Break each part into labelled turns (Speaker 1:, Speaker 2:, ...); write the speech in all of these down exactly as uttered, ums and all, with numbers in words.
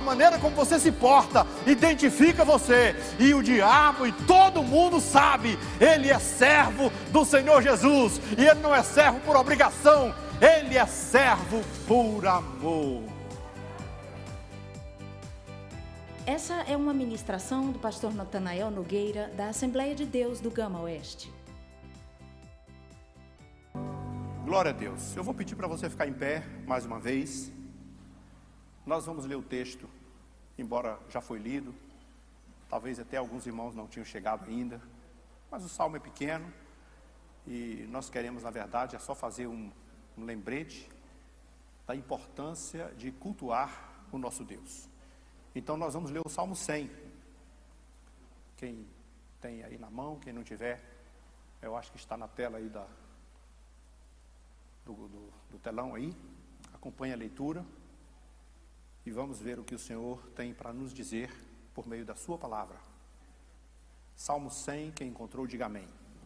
Speaker 1: A maneira como você se porta identifica você. E o diabo e todo mundo sabe, ele é servo do Senhor Jesus. E ele não é servo por obrigação, ele é servo por amor.
Speaker 2: Essa é uma ministração do pastor Natanael Nogueira, da Assembleia de Deus do Gama Oeste.
Speaker 1: Glória a Deus. Eu vou pedir para você ficar em pé mais uma vez. Nós vamos ler o texto, embora já foi lido. Talvez até alguns irmãos não tinham chegado ainda. Mas o salmo é pequeno. E nós queremos, na verdade, é só fazer um, um lembrete da importância de cultuar o nosso Deus. Então nós vamos ler o Salmo cem. Quem tem aí na mão, quem não tiver, eu acho que está na tela aí da, do, do, do telão aí. Acompanhe a leitura e vamos ver o que o Senhor tem para nos dizer por meio da sua palavra. Salmo cem, quem encontrou, diga amém.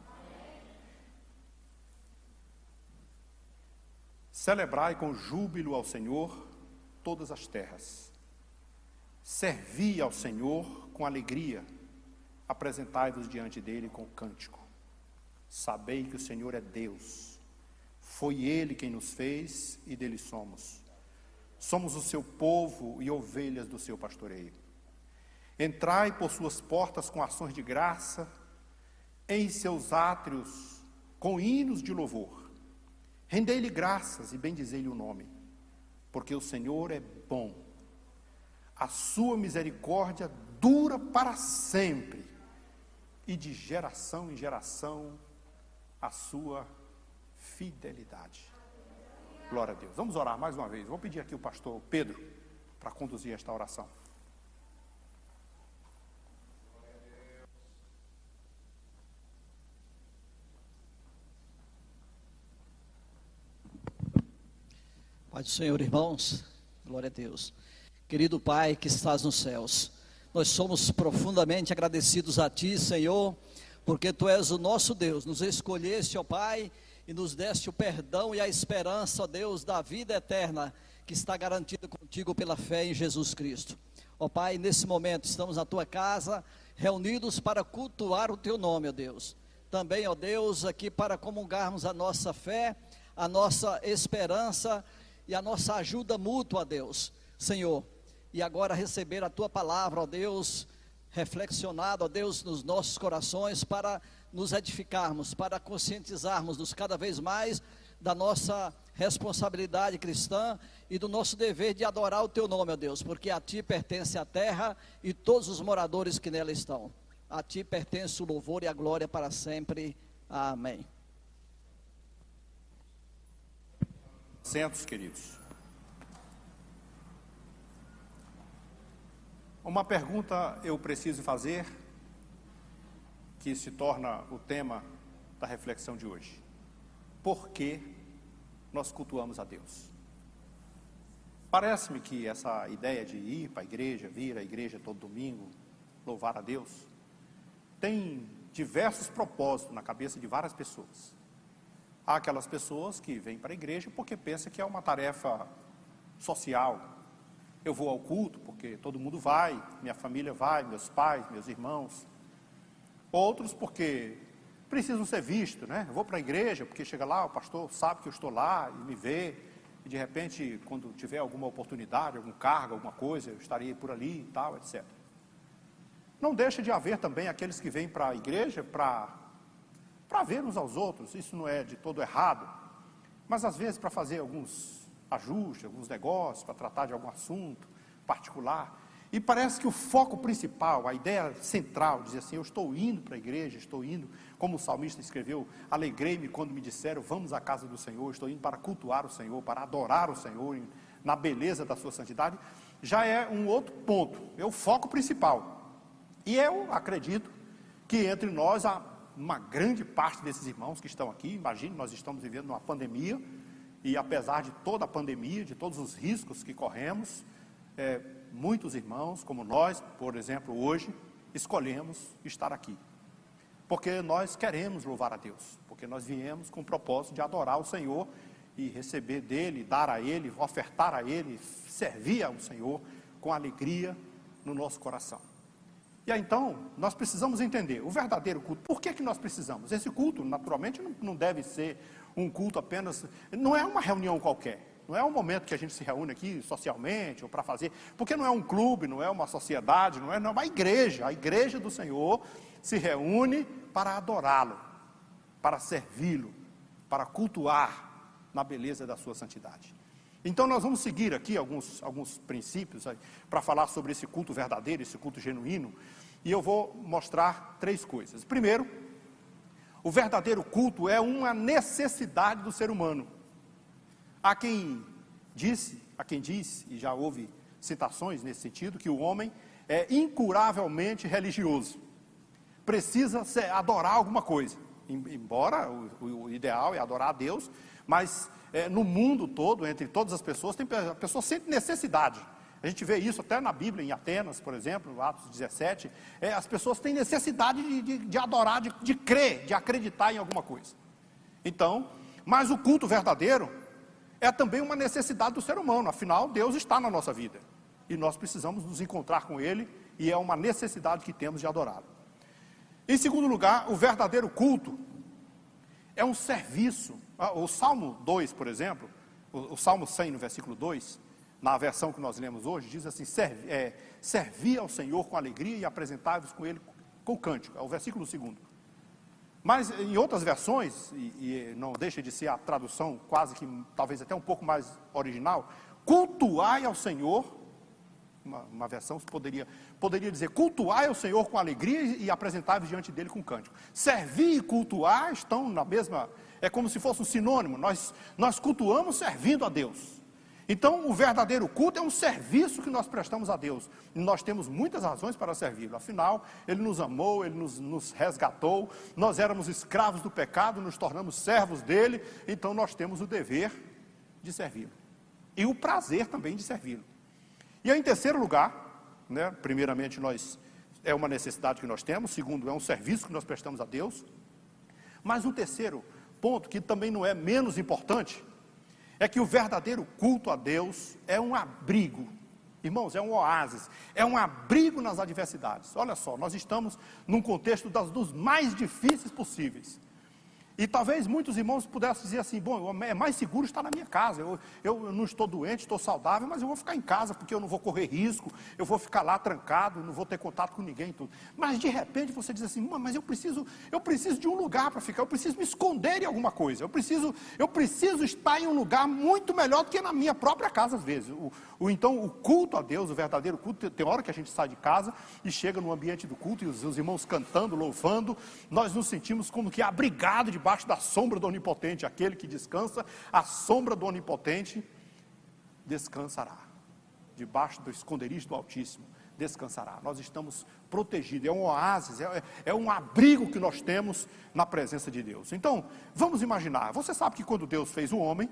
Speaker 1: Celebrai com júbilo ao Senhor todas as terras. Servi ao Senhor com alegria, apresentai-vos diante dele com cântico. Sabei que o Senhor é Deus, foi Ele quem nos fez e dele somos. Somos o seu povo e ovelhas do seu pastoreio. Entrai por suas portas com ações de graça, em seus átrios com hinos de louvor. Rendei-lhe graças e bendizei-lhe o nome, porque o Senhor é bom. A sua misericórdia dura para sempre, e de geração em geração a sua fidelidade. Glória a Deus. Vamos orar mais uma vez. Vou pedir aqui o pastor Pedro para conduzir esta oração.
Speaker 3: Pai do Senhor, irmãos, glória a Deus. Querido Pai que estás nos céus, nós somos profundamente agradecidos a Ti, Senhor, porque Tu és o nosso Deus, nos escolheste, ó Pai, e nos deste o perdão e a esperança, ó Deus, da vida eterna, que está garantida contigo pela fé em Jesus Cristo. Ó Pai, nesse momento estamos na Tua casa, reunidos para cultuar o Teu nome, ó Deus. Também, ó Deus, aqui para comungarmos a nossa fé, a nossa esperança e a nossa ajuda mútua, ó Deus, Senhor. E agora receber a Tua palavra, ó Deus, reflexionada, ó Deus, nos nossos corações, para nos edificarmos, para conscientizarmos-nos cada vez mais da nossa responsabilidade cristã e do nosso dever de adorar o Teu nome, ó Deus, porque a Ti pertence a terra e todos os moradores que nela estão. A Ti pertence o louvor e a glória para sempre. Amém.
Speaker 1: Sentos, queridos. Uma pergunta eu preciso fazer, que se torna o tema da reflexão de hoje. Por que nós cultuamos a Deus? Parece-me que essa ideia de ir para a igreja, vir à igreja todo domingo, louvar a Deus, tem diversos propósitos na cabeça de várias pessoas. Há aquelas pessoas que vêm para a igreja porque pensam que é uma tarefa social. Eu vou ao culto porque todo mundo vai, minha família vai, meus pais, meus irmãos. Outros porque precisam ser vistos, né? Eu vou para a igreja porque chega lá, o pastor sabe que eu estou lá e me vê. E de repente, quando tiver alguma oportunidade, algum cargo, alguma coisa, eu estarei por ali e tal, etcétera. Não deixa de haver também aqueles que vêm para a igreja para, para ver uns aos outros. Isso não é de todo errado. Mas às vezes para fazer alguns ajustes, alguns negócios, para tratar de algum assunto particular. E parece que o foco principal, a ideia central, diz assim: eu estou indo para a igreja, estou indo, como o salmista escreveu, alegrei-me quando me disseram, vamos à casa do Senhor, estou indo para cultuar o Senhor, para adorar o Senhor, na beleza da sua santidade. Já é um outro ponto, é o foco principal. E eu acredito que entre nós há uma grande parte desses irmãos que estão aqui. Imagine, nós estamos vivendo uma pandemia, e apesar de toda a pandemia, de todos os riscos que corremos, é, muitos irmãos, como nós, por exemplo, hoje, escolhemos estar aqui. Porque nós queremos louvar a Deus, porque nós viemos com o propósito de adorar o Senhor e receber dele, dar a ele, ofertar a ele, servir ao Senhor com alegria no nosso coração. E aí então, nós precisamos entender o verdadeiro culto. Por que que nós precisamos? Esse culto, naturalmente, não, não deve ser um culto apenas, não é uma reunião qualquer. Não é um momento que a gente se reúne aqui socialmente ou para fazer, porque não é um clube, não é uma sociedade, não é, não é uma igreja. A igreja do Senhor se reúne para adorá-lo, para servi-lo, para cultuar na beleza da sua santidade. Então nós vamos seguir aqui alguns, alguns princípios para falar sobre esse culto verdadeiro, esse culto genuíno, e eu vou mostrar três coisas. Primeiro, o verdadeiro culto é uma necessidade do ser humano. Há quem disse, há quem diz, e já houve citações nesse sentido, que o homem é incuravelmente religioso. Precisa ser, adorar alguma coisa. Embora o, o ideal é adorar a Deus, mas é, no mundo todo, entre todas as pessoas, tem, a pessoa sente necessidade. A gente vê isso até na Bíblia, em Atenas, por exemplo, Atos dezessete. É, as pessoas têm necessidade de, de, de adorar, de, de crer, de acreditar em alguma coisa. Então, mas o culto verdadeiro é também uma necessidade do ser humano. Afinal, Deus está na nossa vida. E nós precisamos nos encontrar com Ele, e é uma necessidade que temos de adorá-lo. Em segundo lugar, o verdadeiro culto é um serviço. O Salmo dois, por exemplo, o, o Salmo cem, no versículo dois, na versão que nós lemos hoje, diz assim: servi, é, servi ao Senhor com alegria e apresentai-vos com Ele com cântico. É o versículo segundo. Mas em outras versões, e, e não deixa de ser a tradução quase que, talvez até um pouco mais original, cultuai ao Senhor, uma, uma versão poderia, poderia dizer, cultuai ao Senhor com alegria e apresentai-vos diante dele com cântico. Servir e cultuar estão na mesma, é como se fosse um sinônimo, nós, nós cultuamos servindo a Deus. Então, o verdadeiro culto é um serviço que nós prestamos a Deus. E nós temos muitas razões para servi-lo. Afinal, Ele nos amou, Ele nos, nos resgatou. Nós éramos escravos do pecado, nos tornamos servos dEle. Então, nós temos o dever de servi-lo. E o prazer também de servi-lo. E aí, em terceiro lugar, né, primeiramente, nós, é uma necessidade que nós temos. Segundo, é um serviço que nós prestamos a Deus. Mas um terceiro ponto, que também não é menos importante, é que o verdadeiro culto a Deus é um abrigo, irmãos, é um oásis, é um abrigo nas adversidades. Olha só, nós estamos num contexto das, dos mais difíceis possíveis. E talvez muitos irmãos pudessem dizer assim, bom, é mais seguro estar na minha casa, eu, eu não estou doente, estou saudável, mas eu vou ficar em casa, porque eu não vou correr risco, eu vou ficar lá trancado, não vou ter contato com ninguém, tudo. Mas de repente você diz assim, mas eu preciso, eu preciso de um lugar para ficar, eu preciso me esconder em alguma coisa, eu preciso, eu preciso estar em um lugar muito melhor do que na minha própria casa às vezes. O, o, então o culto a Deus, o verdadeiro culto, tem hora que a gente sai de casa e chega no ambiente do culto, e os, os irmãos cantando, louvando, nós nos sentimos como que abrigados de debaixo da sombra do Onipotente. Aquele que descansa à sombra do Onipotente descansará, debaixo do esconderijo do Altíssimo descansará. Nós estamos protegidos, é um oásis, é, é um abrigo que nós temos na presença de Deus. Então, vamos imaginar, você sabe que quando Deus fez o homem,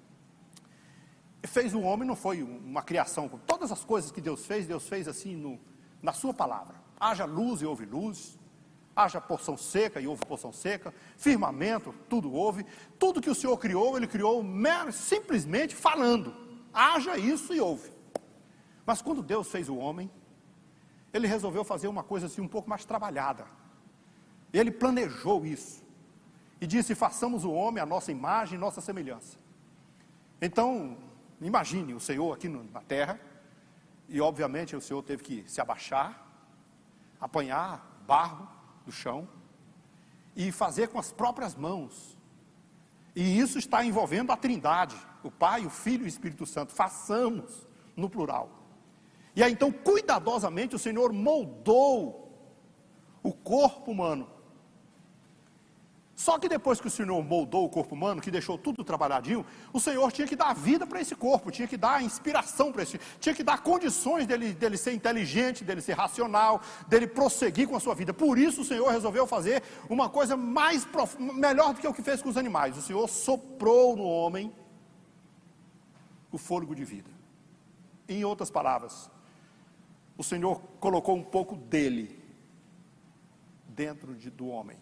Speaker 1: fez o homem, não foi uma criação, com todas as coisas que Deus fez, Deus fez assim no, na sua palavra, haja luz e houve luz, haja porção seca e houve porção seca, firmamento, tudo houve, tudo que o Senhor criou, Ele criou mer- simplesmente falando, haja isso e houve. Mas quando Deus fez o homem, Ele resolveu fazer uma coisa assim um pouco mais trabalhada, Ele planejou isso, e disse, façamos o homem à nossa imagem e nossa semelhança. Então, imagine o Senhor aqui no, na terra, e obviamente o Senhor teve que se abaixar, apanhar barro do chão e fazer com as próprias mãos. E isso está envolvendo a Trindade, o Pai, o Filho e o Espírito Santo. Façamos no plural. E aí então, cuidadosamente, o Senhor moldou o corpo humano. Só que depois que o Senhor moldou o corpo humano, que deixou tudo trabalhadinho, o Senhor tinha que dar vida para esse corpo, tinha que dar inspiração para esse, tinha que dar condições dele, dele ser inteligente, dele ser racional, dele prosseguir com a sua vida. Por isso o Senhor resolveu fazer uma coisa mais prof... melhor do que o que fez com os animais. O Senhor soprou no homem o fôlego de vida. Em outras palavras, o Senhor colocou um pouco dele dentro de, do homem.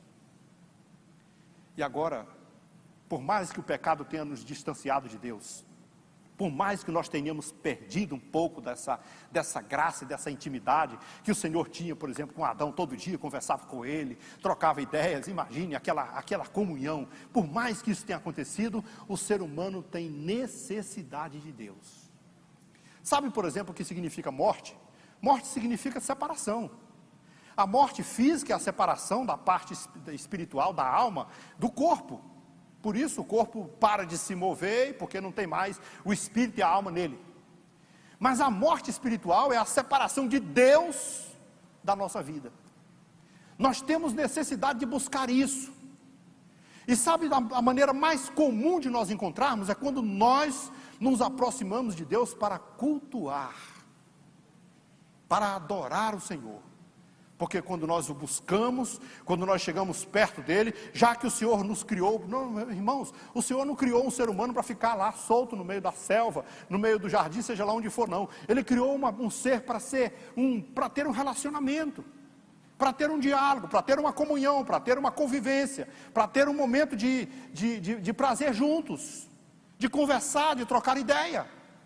Speaker 1: E agora, por mais que o pecado tenha nos distanciado de Deus, por mais que nós tenhamos perdido um pouco dessa, dessa graça e dessa intimidade que o Senhor tinha, por exemplo, com Adão, todo dia conversava com ele, trocava ideias, imagine aquela, aquela comunhão. Por mais que isso tenha acontecido, o ser humano tem necessidade de Deus. Sabe, por exemplo, o que significa morte? Morte significa separação. A morte física é a separação da parte espiritual, da alma, do corpo. Por isso o corpo para de se mover, porque não tem mais o espírito e a alma nele. Mas a morte espiritual é a separação de Deus da nossa vida. Nós temos necessidade de buscar isso. E sabe, a maneira mais comum de nós encontrarmos é quando nós nos aproximamos de Deus para cultuar, para adorar o Senhor. Porque quando nós o buscamos, quando nós chegamos perto dele, já que o Senhor nos criou, não, irmãos, o Senhor não criou um ser humano para ficar lá solto no meio da selva, no meio do jardim, seja lá onde for, não. Ele criou uma, um ser para ser um, para ter um relacionamento, para ter um diálogo, para ter uma comunhão, para ter uma convivência, para ter um momento de, de, de, de prazer juntos, de conversar, de trocar ideia.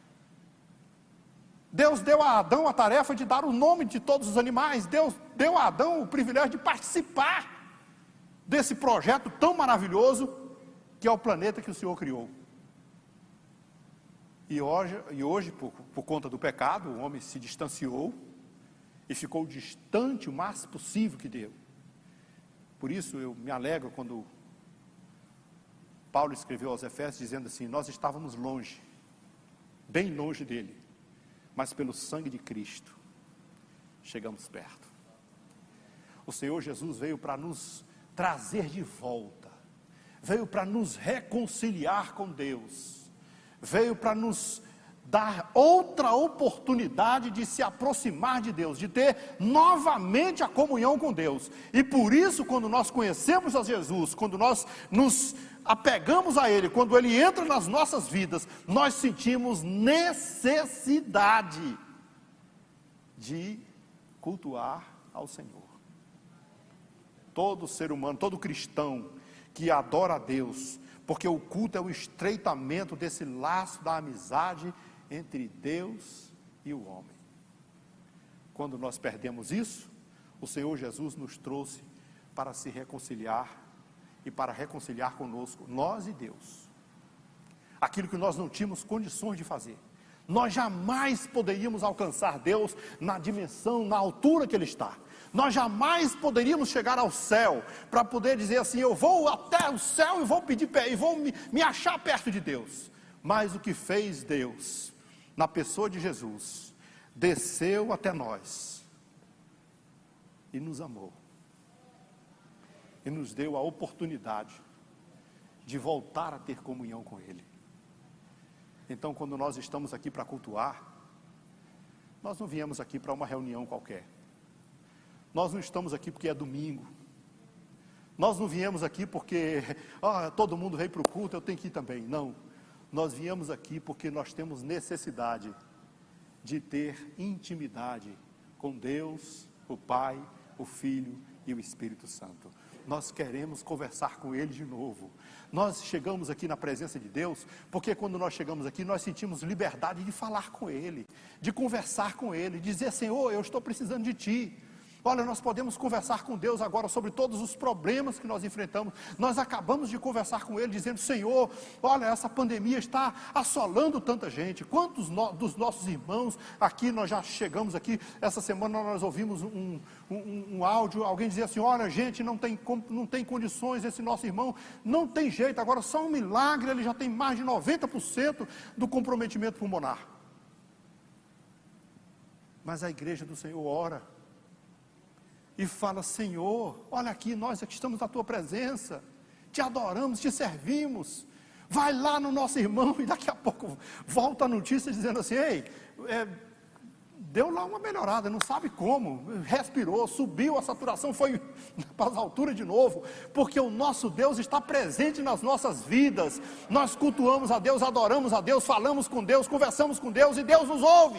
Speaker 1: Deus deu a Adão a tarefa de dar o nome de todos os animais. Deus deu a Adão o privilégio de participar desse projeto tão maravilhoso que é o planeta que o Senhor criou. E hoje, e hoje por, por conta do pecado, o homem se distanciou e ficou distante o mais possível que deu. Por isso eu me alegro quando Paulo escreveu aos Efésios dizendo assim: nós estávamos longe, bem longe dele, mas pelo sangue de Cristo chegamos perto. O Senhor Jesus veio para nos trazer de volta, veio para nos reconciliar com Deus, veio para nos dar outra oportunidade de se aproximar de Deus, de ter novamente a comunhão com Deus. E por isso, quando nós conhecemos a Jesus, quando nós nos apegamos a Ele, quando Ele entra nas nossas vidas, nós sentimos necessidade de cultuar ao Senhor. Todo ser humano, todo cristão que adora a Deus, porque o culto é o estreitamento desse laço da amizade entre Deus e o homem. Quando nós perdemos isso, o Senhor Jesus nos trouxe para se reconciliar e para reconciliar conosco, nós e Deus. Aquilo que nós não tínhamos condições de fazer. Nós jamais poderíamos alcançar Deus na dimensão, na altura que Ele está. Nós jamais poderíamos chegar ao céu para poder dizer assim: eu vou até o céu e vou pedir e vou me, me achar perto de Deus. Mas o que fez Deus, na pessoa de Jesus, desceu até nós e nos amou. E nos deu a oportunidade de voltar a ter comunhão com Ele. Então, quando nós estamos aqui para cultuar, nós não viemos aqui para uma reunião qualquer. Nós não estamos aqui porque é domingo. Nós não viemos aqui porque ah, todo mundo veio para o culto, eu tenho que ir também. Não. Nós viemos aqui porque nós temos necessidade de ter intimidade com Deus, o Pai, o Filho e o Espírito Santo. Nós queremos conversar com Ele de novo. Nós chegamos aqui na presença de Deus, porque quando nós chegamos aqui, nós sentimos liberdade de falar com Ele, de conversar com Ele, de dizer: Senhor, eu estou precisando de Ti. Olha, nós podemos conversar com Deus agora sobre todos os problemas que nós enfrentamos. Nós acabamos de conversar com Ele, dizendo: Senhor, olha, essa pandemia está assolando tanta gente. Quantos no, dos nossos irmãos aqui, nós já chegamos aqui, essa semana nós ouvimos um, um, um áudio, alguém dizia assim: olha, gente, não tem, não tem condições, esse nosso irmão não tem jeito, agora só um milagre, ele já tem mais de noventa por cento do comprometimento pulmonar. Mas a igreja do Senhor ora e fala: Senhor, olha aqui, nós aqui estamos na Tua presença, Te adoramos, Te servimos. Vai lá no nosso irmão e daqui a pouco volta a notícia dizendo assim: ei, é, deu lá uma melhorada, não sabe como, respirou, subiu a saturação, foi para as alturas de novo, porque o nosso Deus está presente nas nossas vidas. Nós cultuamos a Deus, adoramos a Deus, falamos com Deus, conversamos com Deus e Deus nos ouve.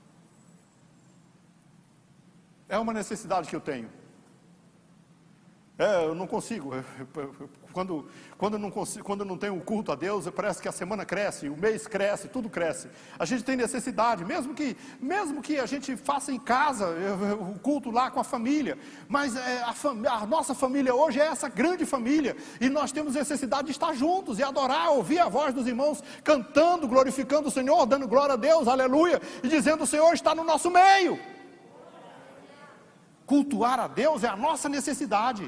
Speaker 1: É uma necessidade que eu tenho. É, eu não consigo, quando, quando, não consigo, quando não tem um culto a Deus, parece que a semana cresce, o mês cresce, tudo cresce. A gente tem necessidade, mesmo que, mesmo que a gente faça em casa, o culto lá com a família, mas é, a, fam, a nossa família hoje é essa grande família, e nós temos necessidade de estar juntos, e adorar, ouvir a voz dos irmãos, cantando, glorificando o Senhor, dando glória a Deus, aleluia, e dizendo: o Senhor está no nosso meio. Cultuar a Deus é a nossa necessidade.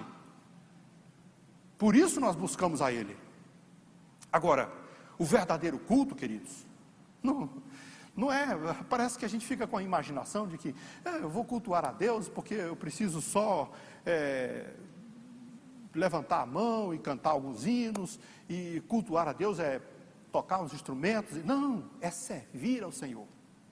Speaker 1: Por isso nós buscamos a Ele. Agora, o verdadeiro culto, queridos, não, não é, parece que a gente fica com a imaginação de que é, eu vou cultuar a Deus porque eu preciso só é, levantar a mão e cantar alguns hinos, e cultuar a Deus é tocar os instrumentos. Não, é servir ao Senhor.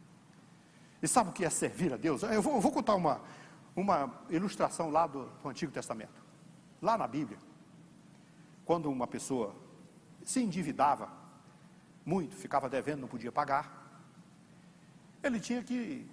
Speaker 1: E sabe o que é servir a Deus? Eu vou, eu vou contar uma, uma ilustração lá do, do Antigo Testamento. Lá na Bíblia, quando uma pessoa se endividava muito, ficava devendo, não podia pagar, ele tinha que...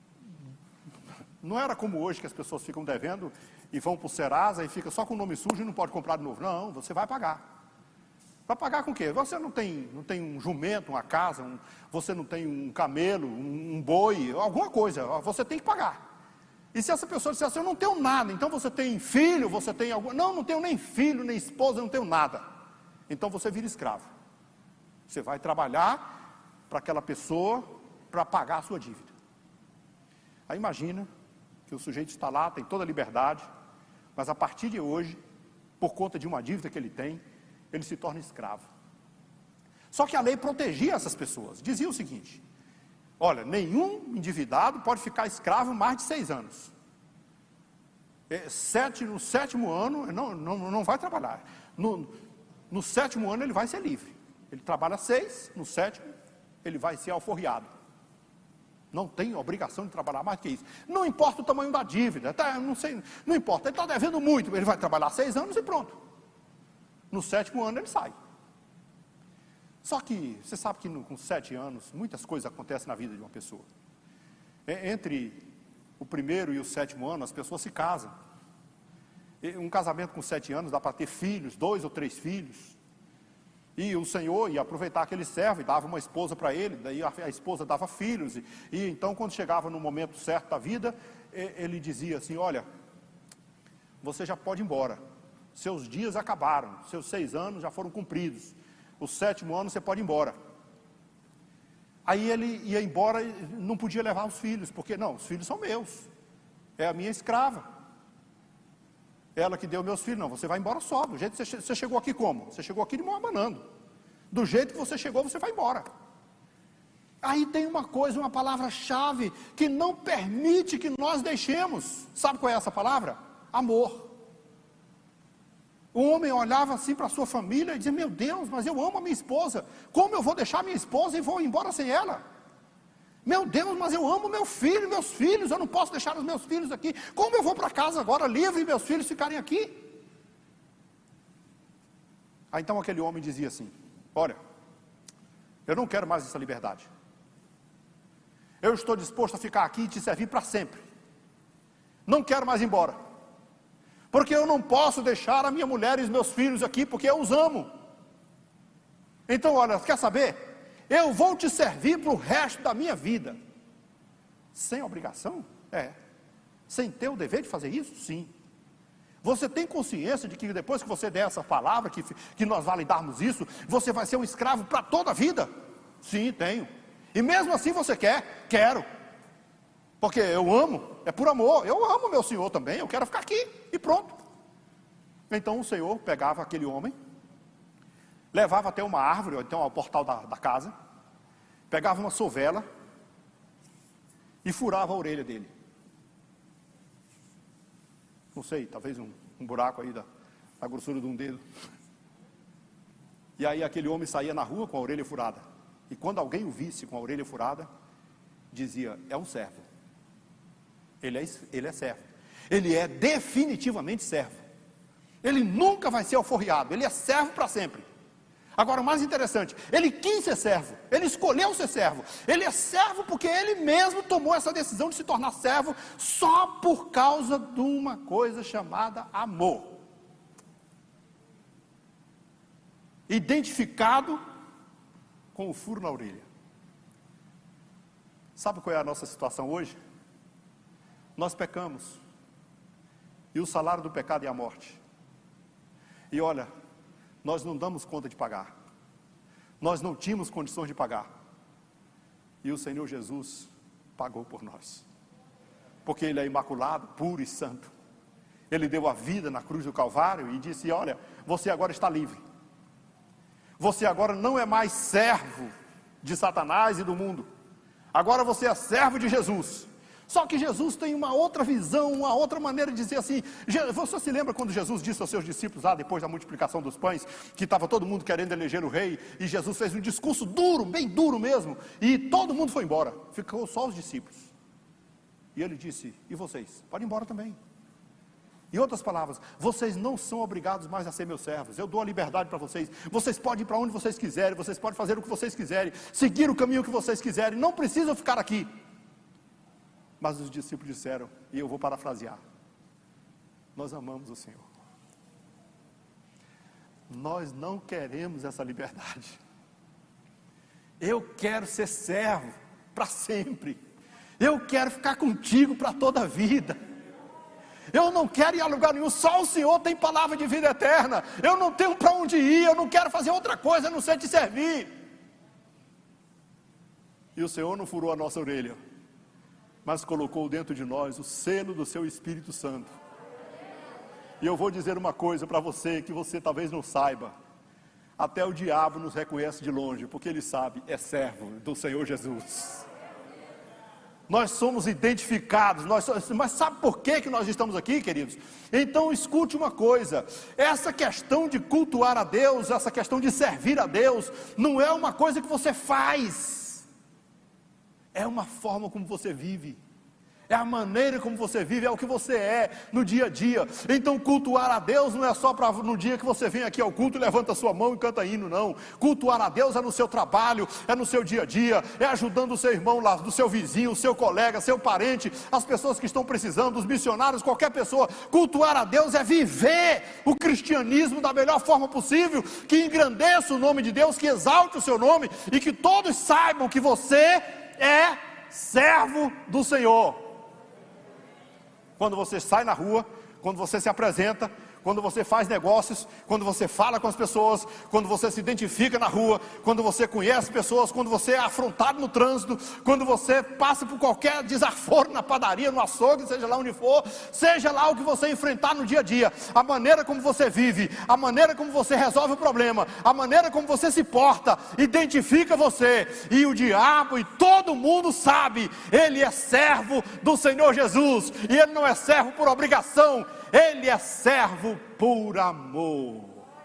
Speaker 1: Não era como hoje que as pessoas ficam devendo e vão para o Serasa e fica só com o nome sujo e não pode comprar de novo. Não, você vai pagar. Vai pagar com o quê? Você não tem, não tem um jumento, uma casa, um, você não tem um camelo, um, um boi, alguma coisa, você tem que pagar. E se essa pessoa disser assim: eu não tenho nada, então você tem filho, você tem algum... Não, não tenho nem filho, nem esposa, não tenho nada. Então você vira escravo. Você vai trabalhar para aquela pessoa, para pagar a sua dívida. Aí imagina que o sujeito está lá, tem toda a liberdade, mas a partir de hoje, por conta de uma dívida que ele tem, ele se torna escravo. Só que a lei protegia essas pessoas. Dizia o seguinte: olha, nenhum endividado pode ficar escravo mais de seis anos. É, sete, no sétimo ano, não, não, não vai trabalhar. No, no sétimo ano ele vai ser livre. Ele trabalha seis, no sétimo ele vai ser alforriado. Não tem obrigação de trabalhar mais que isso. Não importa o tamanho da dívida, tá, não, sei, não importa, ele está devendo muito, ele vai trabalhar seis anos e pronto. No sétimo ano ele sai. Só que, você sabe que no, com sete anos, muitas coisas acontecem na vida de uma pessoa. É, entre o primeiro e o sétimo ano, as pessoas se casam. E um casamento com sete anos dá para ter filhos, dois ou três filhos. E o Senhor ia aproveitar aquele servo e dava uma esposa para ele, daí a, a esposa dava filhos. E, e então, quando chegava no momento certo da vida, ele dizia assim: olha, você já pode ir embora. Seus dias acabaram, seus seis anos já foram cumpridos. O sétimo ano você pode ir embora. Aí ele ia embora e não podia levar os filhos, porque não, os filhos são meus, é a minha escrava, ela que deu meus filhos. Não, você vai embora só, do jeito que você, você chegou aqui como? Você chegou aqui de mão abanando, do jeito que você chegou você vai embora. Aí tem uma coisa, uma palavra-chave que não permite que nós deixemos. Sabe qual é essa palavra? Amor. O homem olhava assim para a sua família e dizia: meu Deus, mas eu amo a minha esposa, como eu vou deixar minha esposa e vou embora sem ela? Meu Deus, mas eu amo meu filho, meus filhos, eu não posso deixar os meus filhos aqui, como eu vou para casa agora livre e meus filhos ficarem aqui? Aí então aquele homem dizia assim: olha, eu não quero mais essa liberdade, eu estou disposto a ficar aqui e te servir para sempre, não quero mais ir embora, porque eu não posso deixar a minha mulher e os meus filhos aqui, porque eu os amo. Então olha, quer saber? Eu vou te servir para o resto da minha vida. Sem obrigação? É. Sem ter o dever de fazer isso? Sim. Você tem consciência de que depois que você der essa palavra, que, que nós validarmos isso, você vai ser um escravo para toda a vida? Sim, tenho. E mesmo assim você quer? Quero. Porque eu amo, é por amor, eu amo meu Senhor também, eu quero ficar aqui, e pronto. Então o Senhor pegava aquele homem, levava até uma árvore, ou então ao portal da, da casa, pegava uma sovela, e furava a orelha dele. Não sei, talvez um, um buraco aí da, da grossura de um dedo. E aí aquele homem saía na rua com a orelha furada, e quando alguém o visse com a orelha furada, dizia: é um servo. Ele é, ele é servo, ele é definitivamente servo, ele nunca vai ser alforriado, ele é servo para sempre. Agora o mais interessante, ele quis ser servo, ele escolheu ser servo, ele é servo porque ele mesmo tomou essa decisão de se tornar servo, só por causa de uma coisa chamada amor. identificado com o furo na orelha. Sabe qual é a nossa situação hoje? Nós pecamos, e o salário do pecado é a morte. E olha, nós não damos conta de pagar, nós não tínhamos condições de pagar, e o Senhor Jesus pagou por nós, porque Ele é imaculado, puro e santo. Ele deu a vida na cruz do Calvário e disse: olha, você agora está livre, você agora não é mais servo de Satanás e do mundo, agora você é servo de Jesus. Só que Jesus tem uma outra visão, uma outra maneira de dizer assim. Você se lembra quando Jesus disse aos seus discípulos, lá depois da multiplicação dos pães, que estava todo mundo querendo eleger o rei, e Jesus fez um discurso duro, bem duro mesmo, e todo mundo foi embora, ficou só os discípulos. E ele disse: e vocês? Podem ir embora também. Em outras palavras, vocês não são obrigados mais a ser meus servos, eu dou a liberdade para vocês, vocês podem ir para onde vocês quiserem, vocês podem fazer o que vocês quiserem, seguir o caminho que vocês quiserem, não precisam ficar aqui. Mas os discípulos disseram, e eu vou parafrasear: nós amamos o Senhor, nós não queremos essa liberdade, eu quero ser servo para sempre, eu quero ficar contigo para toda a vida, eu não quero ir a lugar nenhum, só o Senhor tem palavra de vida eterna, eu não tenho para onde ir, eu não quero fazer outra coisa a não ser te servir. E o Senhor não furou a nossa orelha, mas colocou dentro de nós o selo do seu Espírito Santo. E eu vou dizer uma coisa para você, que você talvez não saiba: até o diabo nos reconhece de longe, porque ele sabe, é servo do Senhor Jesus. Nós somos identificados, nós somos, mas sabe por que, que nós estamos aqui, queridos? Então escute uma coisa: essa questão de cultuar a Deus, essa questão de servir a Deus, não é uma coisa que você faz, é uma forma como você vive, é a maneira como você vive, é o que você é no dia a dia. Então cultuar a Deus não é só para no dia que você vem aqui ao culto e levanta a sua mão e canta hino, não. Cultuar a Deus é no seu trabalho, é no seu dia a dia, é ajudando o seu irmão lá, do seu vizinho, o seu colega, seu parente, as pessoas que estão precisando, os missionários, qualquer pessoa. Cultuar a Deus é viver o cristianismo da melhor forma possível, que engrandeça o nome de Deus, que exalte o seu nome, e que todos saibam que você é servo do Senhor. Quando você sai na rua, quando você se apresenta, quando você faz negócios, quando você fala com as pessoas, quando você se identifica na rua, quando você conhece pessoas, quando você é afrontado no trânsito, quando você passa por qualquer desaforo na padaria, no açougue, seja lá onde for, seja lá o que você enfrentar no dia a dia, a maneira como você vive, a maneira como você resolve o problema, a maneira como você se porta, identifica você, e o diabo e todo mundo sabe, ele é servo do Senhor Jesus, e ele não é servo por obrigação, ele é servo por amor.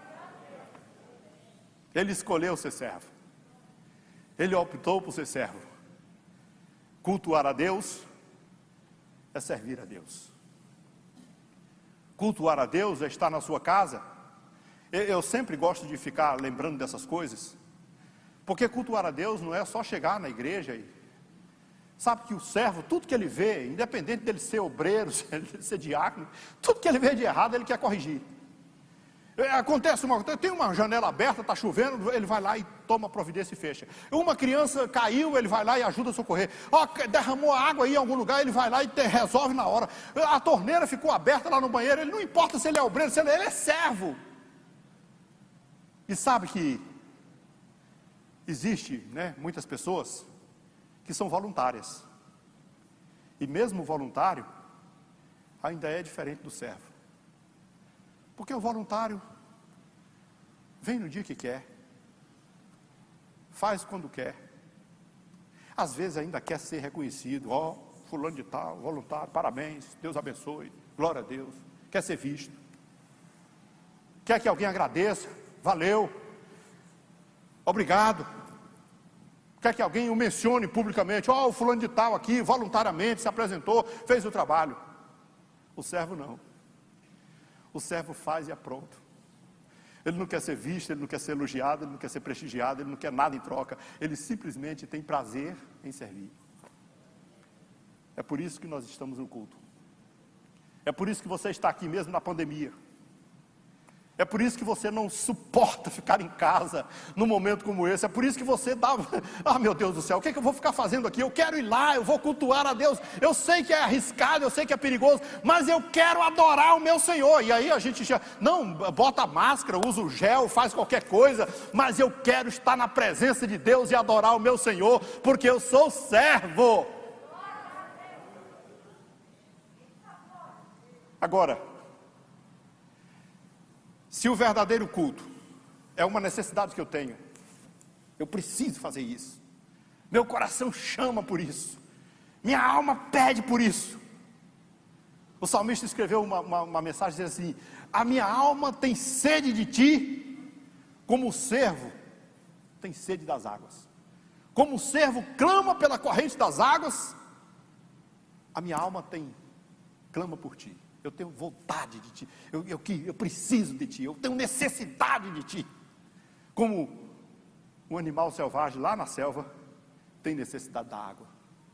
Speaker 1: Ele escolheu ser servo, ele optou por ser servo. Cultuar a Deus é servir a Deus. Cultuar a Deus é estar na sua casa. Eu sempre gosto de ficar lembrando dessas coisas, porque cultuar a Deus não é só chegar na igreja e sabe que o servo, tudo que ele vê, independente dele ser obreiro, dele ser diácono, tudo que ele vê de errado, ele quer corrigir. Acontece uma coisa, tem uma janela aberta, está chovendo, ele vai lá e toma providência e fecha. Uma criança caiu, ele vai lá e ajuda a socorrer. Oh, derramou água aí em algum lugar, ele vai lá e te, resolve na hora. A torneira ficou aberta lá no banheiro, ele não importa se ele é obreiro, se ele, ele é servo. E sabe que existe, né, muitas pessoas que são voluntárias, e mesmo o voluntário ainda é diferente do servo, porque o voluntário vem no dia que quer, faz quando quer, às vezes ainda quer ser reconhecido, ó, oh, fulano de tal, voluntário, parabéns, Deus abençoe, glória a Deus, quer ser visto, quer que alguém agradeça, valeu, obrigado, quer que alguém o mencione publicamente, ó, oh, o fulano de tal aqui, voluntariamente se apresentou, fez o trabalho. O servo não, o servo faz e é pronto. Ele não quer ser visto, ele não quer ser elogiado, ele não quer ser prestigiado, ele não quer nada em troca, ele simplesmente tem prazer em servir. É por isso que nós estamos no culto, é por isso que você está aqui mesmo na pandemia, É por isso que você não suporta ficar em casa num momento como esse. É por isso que você dá, ah meu Deus do céu, o que, é que eu vou ficar fazendo aqui? Eu quero ir lá, eu vou cultuar a Deus. Eu sei que é arriscado, eu sei que é perigoso, mas eu quero adorar o meu Senhor. E aí a gente já, não, bota a máscara, usa o gel, faz qualquer coisa, mas eu quero estar na presença de Deus e adorar o meu Senhor, porque eu sou servo. Agora, se o verdadeiro culto é uma necessidade que eu tenho, eu preciso fazer isso, meu coração chama por isso, minha alma pede por isso. O salmista escreveu uma, uma, uma mensagem dizendo assim: a minha alma tem sede de ti, como o cervo tem sede das águas. Como o cervo clama pela corrente das águas, a minha alma tem, clama por ti. Eu tenho vontade de ti, eu, eu, eu preciso de ti, eu tenho necessidade de ti. Como um animal selvagem lá na selva tem necessidade da água.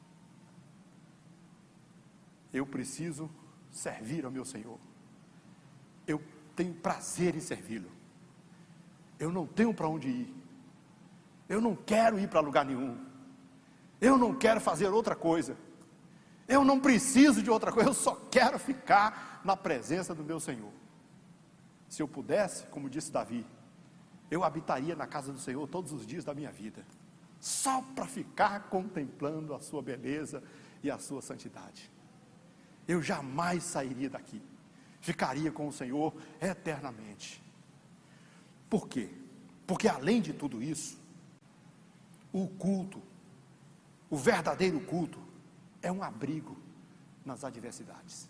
Speaker 1: Eu preciso servir ao meu Senhor. Eu tenho prazer em servi-lo. Eu não tenho para onde ir. Eu não quero ir para lugar nenhum. Eu não quero fazer outra coisa. Eu não preciso de outra coisa, eu só quero ficar na presença do meu Senhor. Se eu pudesse, como disse Davi, eu habitaria na casa do Senhor todos os dias da minha vida, só para ficar contemplando a sua beleza e a sua santidade. Eu jamais sairia daqui, ficaria com o Senhor eternamente. Por quê? Porque além de tudo isso, o culto, o verdadeiro culto, é um abrigo nas adversidades.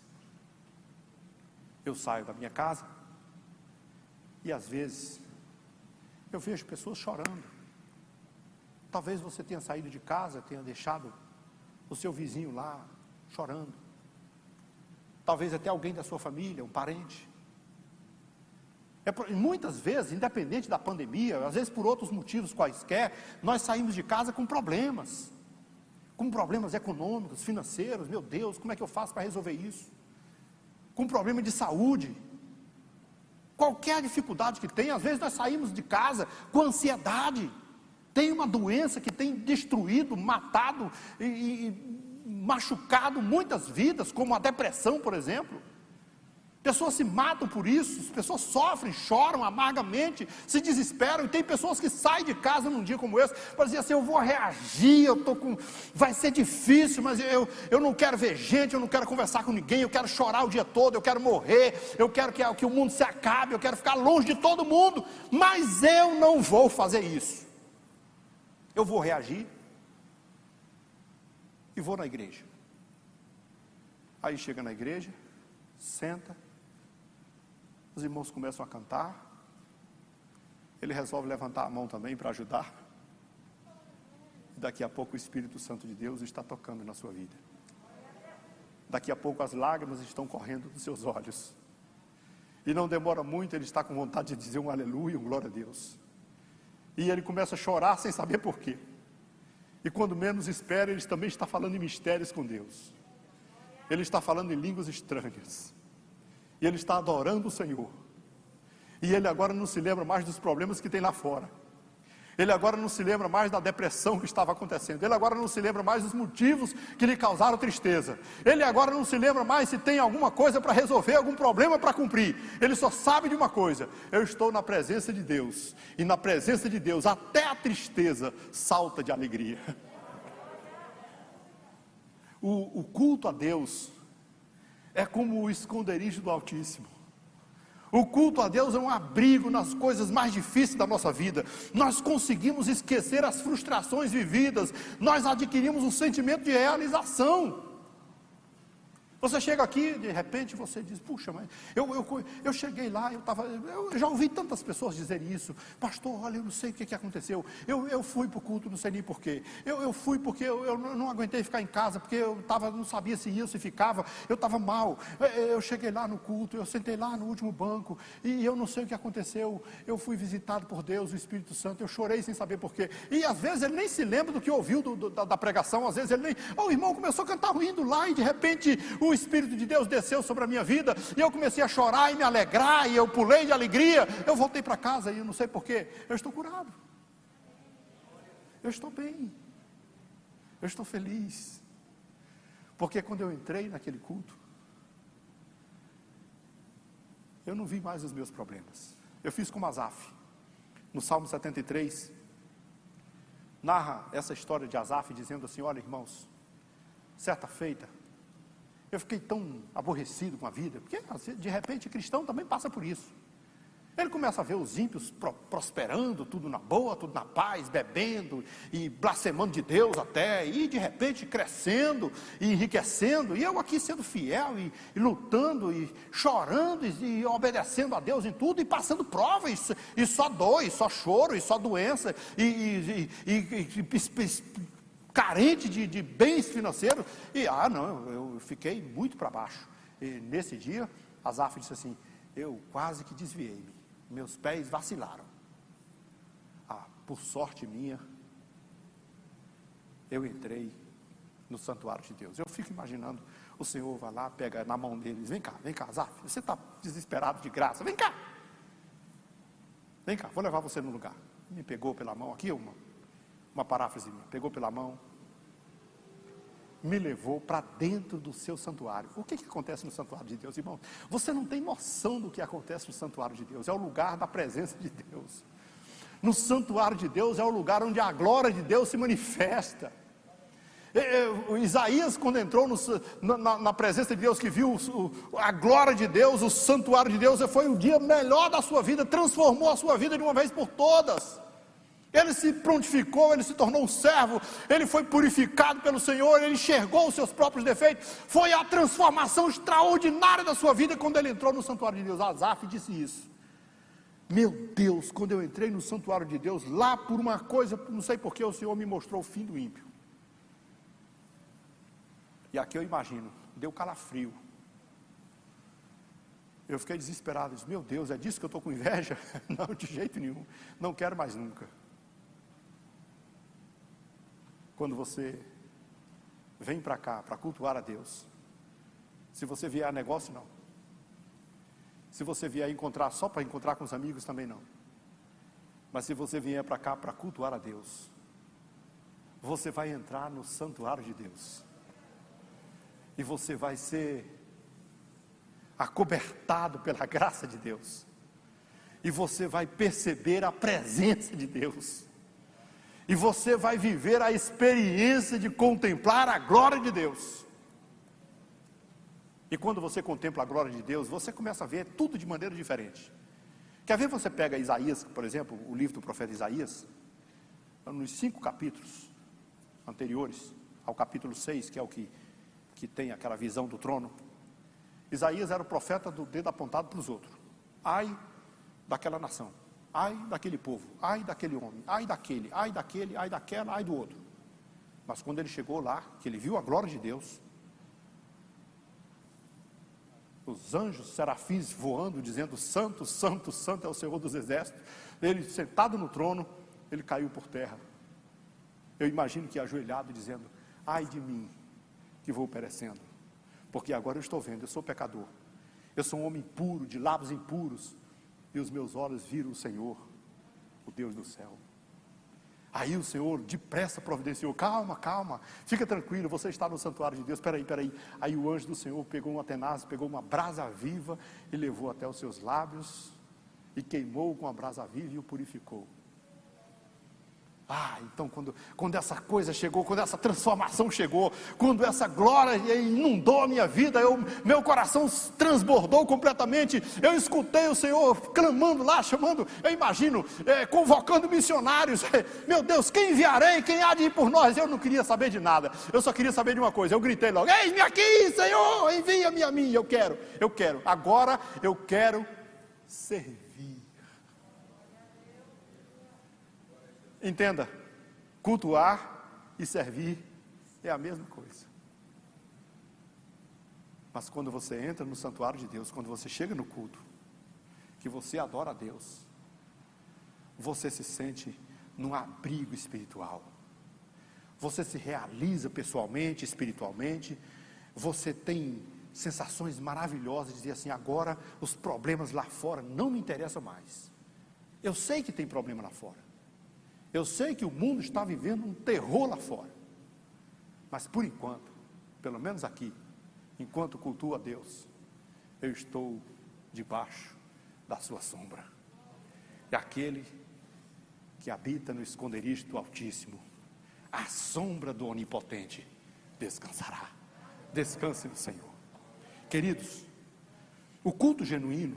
Speaker 1: Eu saio da minha casa e às vezes eu vejo pessoas chorando. Talvez você tenha saído de casa, tenha deixado o seu vizinho lá chorando. Talvez até alguém da sua família, um parente. É, muitas vezes, independente da pandemia, às vezes por outros motivos quaisquer, nós saímos de casa com problemas. Com problemas econômicos, financeiros, meu Deus, como é que eu faço para resolver isso? Com problema de saúde, qualquer dificuldade que tem, às vezes nós saímos de casa com ansiedade, tem uma doença que tem destruído, matado e, e machucado muitas vidas, como a depressão, por exemplo. Pessoas se matam por isso, as pessoas sofrem, choram amargamente, se desesperam, e tem pessoas que saem de casa num dia como esse, para dizer assim, eu vou reagir, eu tô com, vai ser difícil, mas eu, eu não quero ver gente, eu não quero conversar com ninguém, eu quero chorar o dia todo, eu quero morrer, eu quero que, que o mundo se acabe, eu quero ficar longe de todo mundo, mas eu não vou fazer isso. Eu vou reagir e vou na igreja. Aí chega na igreja, senta, os irmãos começam a cantar, ele resolve levantar a mão também para ajudar, e daqui a pouco o Espírito Santo de Deus está tocando na sua vida, daqui a pouco as lágrimas estão correndo dos seus olhos, e não demora muito, ele está com vontade de dizer um aleluia, um glória a Deus, e ele começa a chorar sem saber porquê, e quando menos espera, ele também está falando em mistérios com Deus, ele está falando em línguas estranhas, e ele está adorando o Senhor, e ele agora não se lembra mais dos problemas que tem lá fora, ele agora não se lembra mais da depressão que estava acontecendo, ele agora não se lembra mais dos motivos que lhe causaram tristeza, ele agora não se lembra mais se tem alguma coisa para resolver, algum problema para cumprir, ele só sabe de uma coisa, eu estou na presença de Deus, e na presença de Deus até a tristeza salta de alegria. O, o culto a Deus é como o esconderijo do Altíssimo. O culto a Deus é um abrigo nas coisas mais difíceis da nossa vida. Nós conseguimos esquecer as frustrações vividas. Nós adquirimos um sentimento de realização. Você chega aqui, de repente você diz, puxa, mas eu, eu, eu cheguei lá, eu, tava, eu já ouvi tantas pessoas dizerem isso, pastor, olha, eu não sei o que, que aconteceu, eu, eu fui para o culto, não sei nem porquê, eu, eu fui porque eu, eu não aguentei ficar em casa, porque eu tava, não sabia se ia ou se ficava, eu estava mal, eu, eu cheguei lá no culto, eu sentei lá no último banco, e eu não sei o que aconteceu, eu fui visitado por Deus, o Espírito Santo, eu chorei sem saber porquê, e às vezes ele nem se lembra do que ouviu do, do, da, da pregação, às vezes ele nem, oh, o irmão começou a cantar rindo lá, e de repente o o Espírito de Deus desceu sobre a minha vida, e eu comecei a chorar e me alegrar, e eu pulei de alegria. Eu voltei para casa e eu não sei porquê, eu estou curado, eu estou bem, eu estou feliz, porque quando eu entrei naquele culto, eu não vi mais os meus problemas. Eu fiz como Asaf, no Salmo setenta e três, narra essa história de Asaf, dizendo assim: olha, irmãos, certa feita, eu fiquei tão aborrecido com a vida, porque de repente cristão também passa por isso. Ele começa a ver os ímpios pro, prosperando, tudo na boa, tudo na paz, bebendo e blasfemando de Deus até, e de repente crescendo e enriquecendo, e eu aqui sendo fiel e, e lutando e chorando e, e obedecendo a Deus em tudo, e passando provas, e, e só dor, e só choro, e só doença, e, e, e, e, e, e carente de, de bens financeiros, e ah não, eu, eu fiquei muito para baixo. E nesse dia, Asaf disse assim: eu quase que desviei-me, meus pés vacilaram. Ah, por sorte minha, eu entrei no santuário de Deus. Eu fico imaginando, o Senhor vai lá, pega na mão deles: vem cá, vem cá, Asaf, você está desesperado de graça, vem cá, vem cá, vou levar você no lugar. Me pegou pela mão, aqui uma, uma paráfrase minha, pegou pela mão, me levou para dentro do seu santuário. O que, que acontece no santuário de Deus, irmão? Você não tem noção do que acontece no santuário de Deus. É o lugar da presença de Deus. No santuário de Deus é o lugar onde a glória de Deus se manifesta. O Isaías, quando entrou no, na, na presença de Deus, que viu o, a glória de Deus, o santuário de Deus, foi o dia melhor da sua vida, transformou a sua vida de uma vez por todas. Ele se prontificou, ele se tornou um servo, ele foi purificado pelo Senhor, ele enxergou os seus próprios defeitos. Foi a transformação extraordinária da sua vida quando ele entrou no santuário de Deus. Asaf disse isso: meu Deus, quando eu entrei no santuário de Deus, lá por uma coisa, não sei porquê, o Senhor me mostrou o fim do ímpio. E aqui eu imagino, deu calafrio. Eu fiquei desesperado, disse: meu Deus, é disso que eu estou com inveja? Não, de jeito nenhum, não quero mais nunca. Quando você vem para cá, para cultuar a Deus, se você vier a negócio, não. Se você vier encontrar só para encontrar com os amigos, também não. Mas se você vier para cá para cultuar a Deus, você vai entrar no santuário de Deus, e você vai ser acobertado pela graça de Deus, e você vai perceber a presença de Deus, e você vai viver a experiência de contemplar a glória de Deus. E quando você contempla a glória de Deus, você começa a ver tudo de maneira diferente. Quer ver? Você pega Isaías, por exemplo, o livro do profeta Isaías, nos cinco capítulos anteriores ao capítulo seis, que é o que, que tem aquela visão do trono. Isaías era o profeta do dedo apontado para os outros. Ai daquela nação, ai daquele povo, ai daquele homem, ai daquele, ai daquele, ai daquela, ai do outro. Mas quando ele chegou lá, que ele viu a glória de Deus, os anjos, serafins voando, dizendo: santo, santo, santo é o Senhor dos exércitos, ele sentado no trono, ele caiu por terra. Eu imagino que ajoelhado, dizendo: ai de mim, que vou perecendo, porque agora eu estou vendo, eu sou pecador, eu sou um homem impuro, de lábios impuros, e os meus olhos viram o Senhor, o Deus do céu. Aí o Senhor depressa providenciou: calma, calma, fica tranquilo, você está no santuário de Deus. Peraí, peraí. Aí o anjo do Senhor pegou uma tenaz, pegou uma brasa viva e levou até os seus lábios, e queimou com a brasa viva e o purificou. Ah, então quando, quando essa coisa chegou, quando essa transformação chegou, quando essa glória inundou a minha vida, eu, meu coração transbordou completamente. Eu escutei o Senhor clamando lá, chamando, eu imagino, é, convocando missionários. Meu Deus, quem enviarei? Quem há de ir por nós? Eu não queria saber de nada, eu só queria saber de uma coisa. Eu gritei logo: eis-me aqui, Senhor, envia-me a mim. Eu quero, eu quero, agora eu quero servir. Entenda, cultuar e servir é a mesma coisa. Mas quando você entra no santuário de Deus, quando você chega no culto, que você adora a Deus, você se sente num abrigo espiritual, você se realiza pessoalmente, espiritualmente, você tem sensações maravilhosas, dizer assim, agora os problemas lá fora não me interessam mais. Eu sei que tem problema lá fora. Eu sei que o mundo está vivendo um terror lá fora. Mas por enquanto, pelo menos aqui, enquanto cultuo a Deus, eu estou debaixo da sua sombra. E aquele que habita no esconderijo do Altíssimo, à sombra do Onipotente, descansará. Descanse no Senhor. Queridos, o culto genuíno,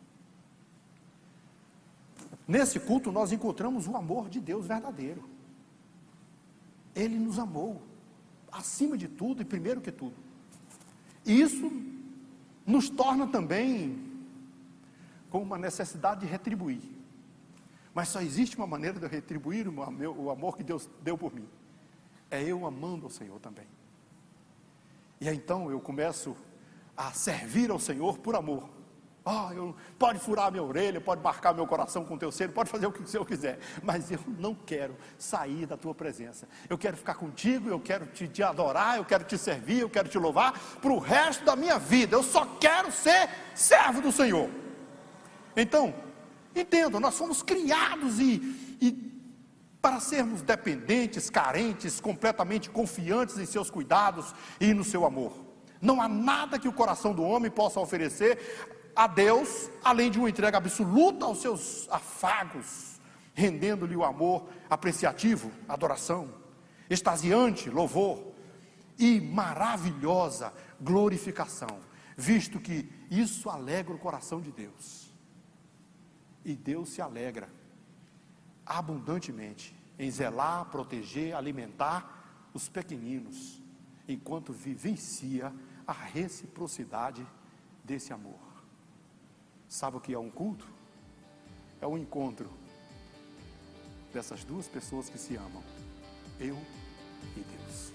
Speaker 1: nesse culto nós encontramos o amor de Deus verdadeiro. Ele nos amou, acima de tudo e primeiro que tudo. E isso nos torna também com uma necessidade de retribuir. Mas só existe uma maneira de eu retribuir o amor que Deus deu por mim. É eu amando o Senhor também. E aí, então eu começo a servir ao Senhor por amor. Oh, eu, pode furar minha orelha, pode marcar meu coração com o teu selo, pode fazer o que o Senhor quiser, mas eu não quero sair da tua presença. Eu quero ficar contigo, eu quero te, te adorar, eu quero te servir, eu quero te louvar para o resto da minha vida. Eu só quero ser servo do Senhor. Então, entendam, nós fomos criados e, e para sermos dependentes, carentes, completamente confiantes em seus cuidados e no seu amor. Não há nada que o coração do homem possa oferecer a Deus, além de uma entrega absoluta aos seus afagos, rendendo-lhe o amor apreciativo, adoração, extasiante, louvor e maravilhosa glorificação, visto que isso alegra o coração de Deus. E Deus se alegra abundantemente em zelar, proteger, alimentar os pequeninos, enquanto vivencia a reciprocidade desse amor. Sabe o que é um culto? É um encontro dessas duas pessoas que se amam, eu e Deus.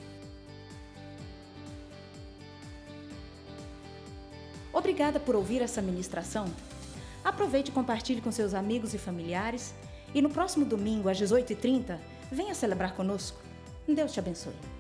Speaker 2: Obrigada por ouvir essa ministração. Aproveite e compartilhe com seus amigos e familiares. E no próximo domingo, às dezoito e trinta, venha celebrar conosco. Deus te abençoe.